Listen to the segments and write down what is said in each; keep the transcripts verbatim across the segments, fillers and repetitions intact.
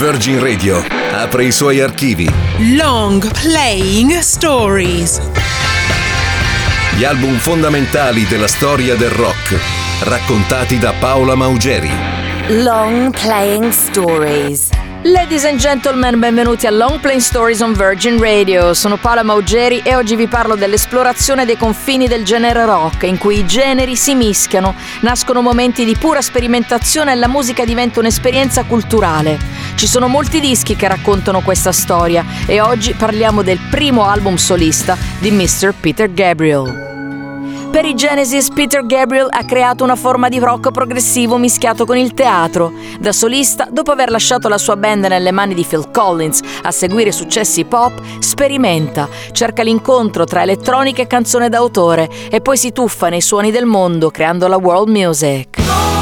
Virgin Radio apre i suoi archivi. Long Playing Stories. Gli album fondamentali della storia del rock, raccontati da Paola Maugeri. Long Playing Stories. Ladies and gentlemen, benvenuti a Long Playing Stories on Virgin Radio. Sono Paola Maugeri e oggi vi parlo dell'esplorazione dei confini del genere rock, in cui i generi si mischiano, nascono momenti di pura sperimentazione e la musica diventa un'esperienza culturale. Ci sono molti dischi che raccontano questa storia e oggi parliamo del primo album solista di mister Peter Gabriel. Per i Genesis, Peter Gabriel ha creato una forma di rock progressivo mischiato con il teatro. Da solista, dopo aver lasciato la sua band nelle mani di Phil Collins a seguire successi pop, sperimenta, cerca l'incontro tra elettronica e canzone d'autore e poi si tuffa nei suoni del mondo creando la world music.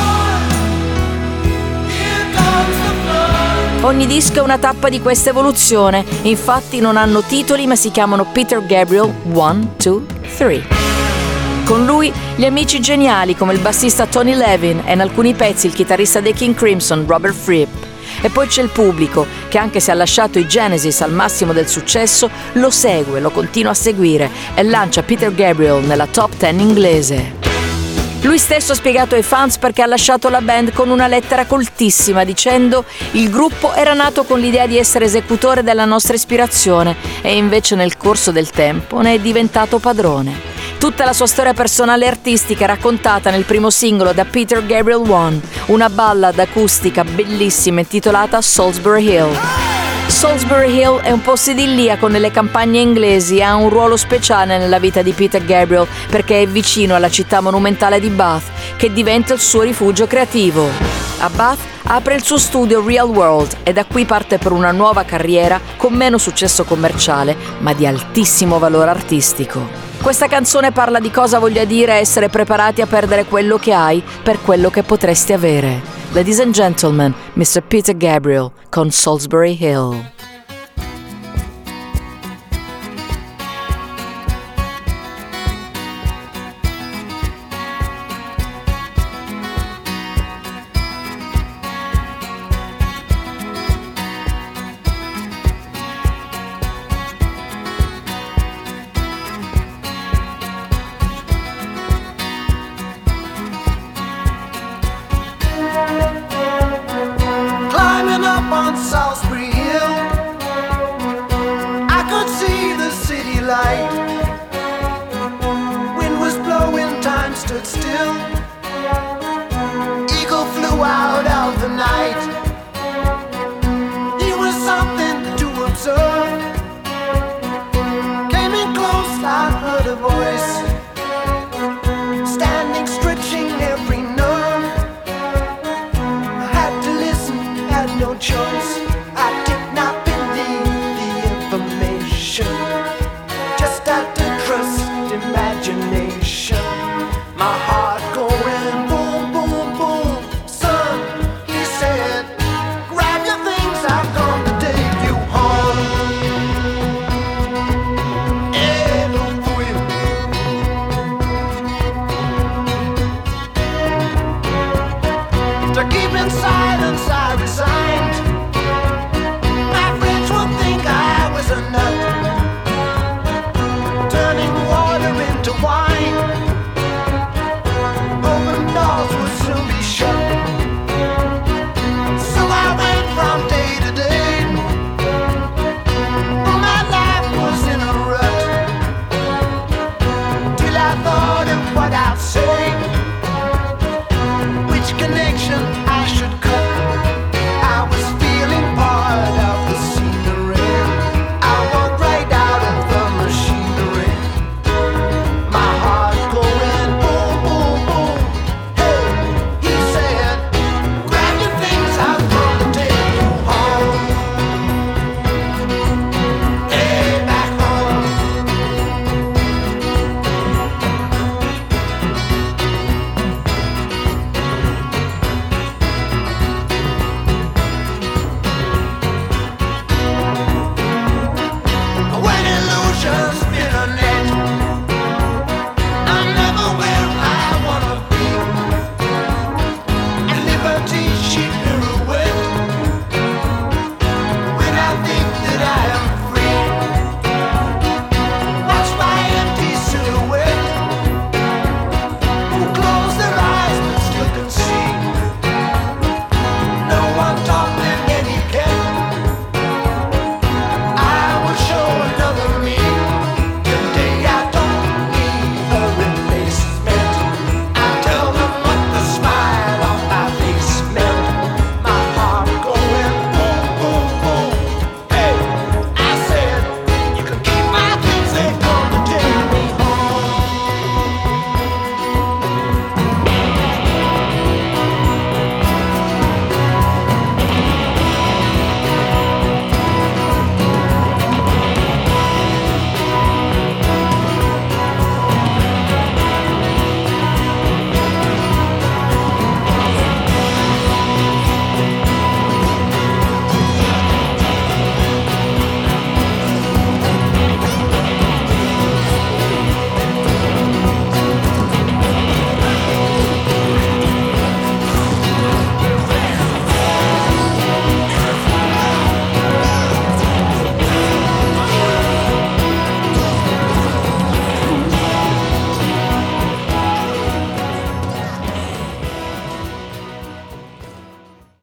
Ogni disco è una tappa di questa evoluzione, infatti non hanno titoli ma si chiamano Peter Gabriel uno, due, tre. Con lui gli amici geniali come il bassista Tony Levin e in alcuni pezzi il chitarrista dei King Crimson Robert Fripp. E poi c'è il pubblico che, anche se ha lasciato i Genesis al massimo del successo, lo segue, lo continua a seguire e lancia Peter Gabriel nella top dieci inglese. Lui stesso ha spiegato ai fans perché ha lasciato la band con una lettera coltissima dicendo: il gruppo era nato con l'idea di essere esecutore della nostra ispirazione e invece nel corso del tempo ne è diventato padrone. Tutta la sua storia personale e artistica è raccontata nel primo singolo da Peter Gabriel uno, una ballad acustica bellissima intitolata Salisbury Hill. Salisbury Hill è un posto idilliaco nelle campagne inglesi e ha un ruolo speciale nella vita di Peter Gabriel perché è vicino alla città monumentale di Bath, che diventa il suo rifugio creativo. A Bath apre il suo studio Real World e da qui parte per una nuova carriera con meno successo commerciale, ma di altissimo valore artistico. Questa canzone parla di cosa voglia dire essere preparati a perdere quello che hai per quello che potresti avere. Ladies and gentlemen, mister Peter Gabriel con Salisbury Hill. On Salisbury Hill, I could see the city light. Wind was blowing, time stood still. Eagle flew out of the night. He was something to observe. Came in close, I heard a voice, standing, stretching every nerve. I had to listen, had no choice.